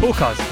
トーカーズ。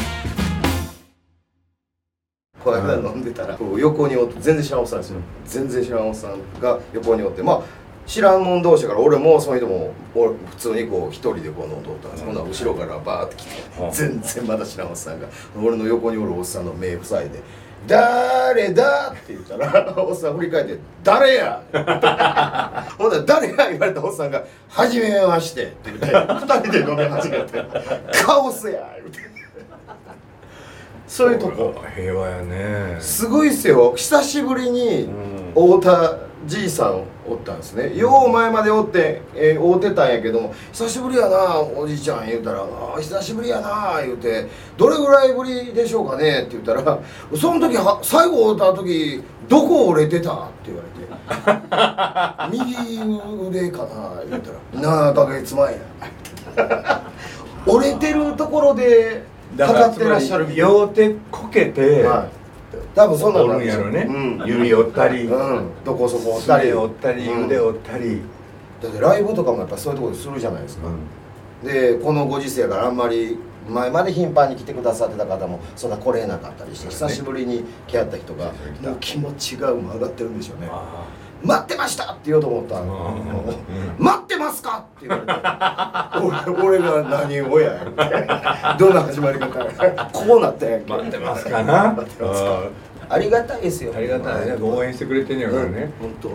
この間飲んでたら、横におって全然知らんおっさんですよ。全然知らんおっさんが横におって、まあ知らんもん同士だから、俺もその人も普通にこう一人でこう飲んどったんです。ほんなら後ろからバーって来て、全然まだ知らんおっさんが俺の横におるおっさんの目塞いで「誰だ?」って言ったら、おっさん振り返って「誰や?」ほんなら「誰や?」言われたおっさんが「はじめまして」って言って2人で飲み始めて「カオスや!」言うて。そういうとこ平和やね。 すごいっすよ。久しぶりに太田じいさんおったんですね。よう前までおって、会うてたんやけども、久しぶりやなおじいちゃん言うたら、久しぶりやな言うて、どれぐらいぶりでしょうかねって言ったら、その時最後会うた時どこ折れてたって言われて右腕かな言うたら7ヶ月前や折れてるところでかかってらっしゃる。 両手こけて、 多分そんな折るんやろね。指折ったり、 どこそこ折ったり折ったり、腕折ったり。 だってライブとかもやっぱそういうところでするじゃないですか。でこのご時世からあんまり前まで頻繁に来てくださってた方もそんな来れなかったりして、久しぶりに来合った人がもう気持ちが上がってるんでしょうね。待ってましたって言おうと思ったの。待ってますかって言われて、俺が何をやどんな始まり方こうなったやんけ。 待ってますかな。 待ってますか。ありがたいですよ。 ありがたいね。応援してくれてんやからね。 本当。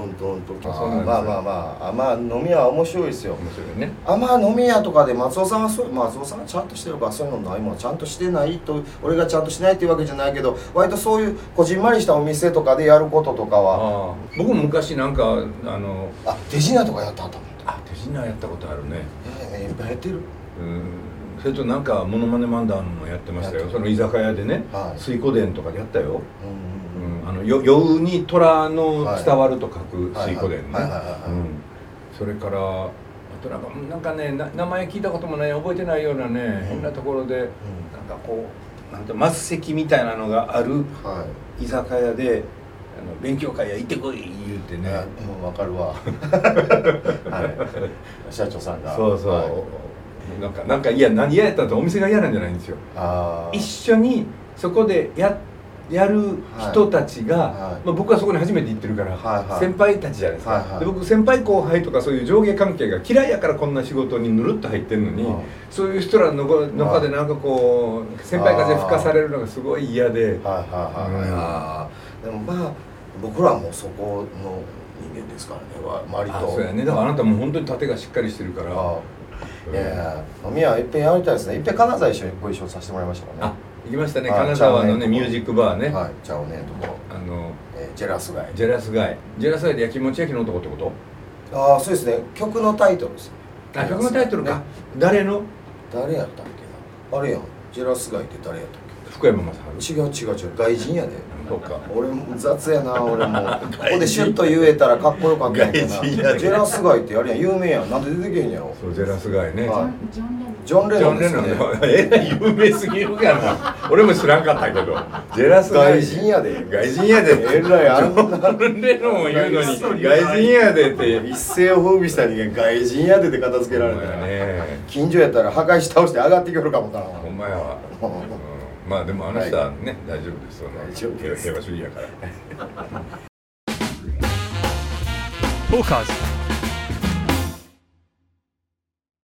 まあ飲み屋面白いですよ。 面白いね。 飲み屋とかで松尾さんはちゃんとしてるから、そういうのないもんちゃんとしてないと、俺がちゃんとしないっていうわけじゃないけど、割とそういうこじんまりしたお店とかでやることとかは。 僕も昔なんか手品とかやったと思った。 手品やったことあるね。 いっぱいやってる。 それとなんかモノマネ漫談もやってましたよ。その居酒屋でね、水湖殿とかでやったよ。酔うに虎の伝わると書く水湖殿ね。それからあとなんかね、名前聞いたこともない、覚えてないようなね、変なところでなんかこうなんて末席みたいなのがある居酒屋で勉強会や行ってこい言うてね。 もう分かるわ。社長さんが。 そうそう。なんか何嫌やったってお店が嫌なんじゃないんですよ。一緒にそこでやる人たちが、僕はそこに初めて行ってるから先輩たちじゃないですか。で僕先輩後輩とかそういう上下関係が嫌いやからこんな仕事にぬるっと入ってるのに、そういう人らの中でなんかこう先輩風吹かされるのがすごい嫌で。でもまあ僕らもそこの人間ですからね、割と。 そうやね。だからあなたも本当に盾がしっかりしてるから。 いや飲み屋いっぺんやりたいですね。いっぺん金沢一緒にご一緒させてもらいましたからね。 行きましたね。金沢のねミュージックバーね。 チャオネンとこジェラス街。 ジェラス街でやきもち焼きの男ってこと？ そうですね。曲のタイトルですね。 曲のタイトルか。誰やったっけな。あれやん。ジェラス街って誰やったっけ？ 福山雅治。 違う外人やで。 そうか。 俺も雑やな。俺もここでシュッと言えたらかっこよかったんやけどな。ジェラス街ってあれやん、有名やん。なんで出てけへんやろ。 そうジェラス街ね。 ジョン・レノンですね。 有名すぎるかな。俺も知らんかったけど。ジェラス街。 外人やで。 えらいあんな。ジョン・レノンを言うのに外人やでって。 一世を風靡した人間外人やでって片付けられたらね。近所やったら破壊し倒して上がってくるかもな。 ほんまやわ。まあでもあの人はね、大丈夫ですよね。平和主義やから。 トーカーズ。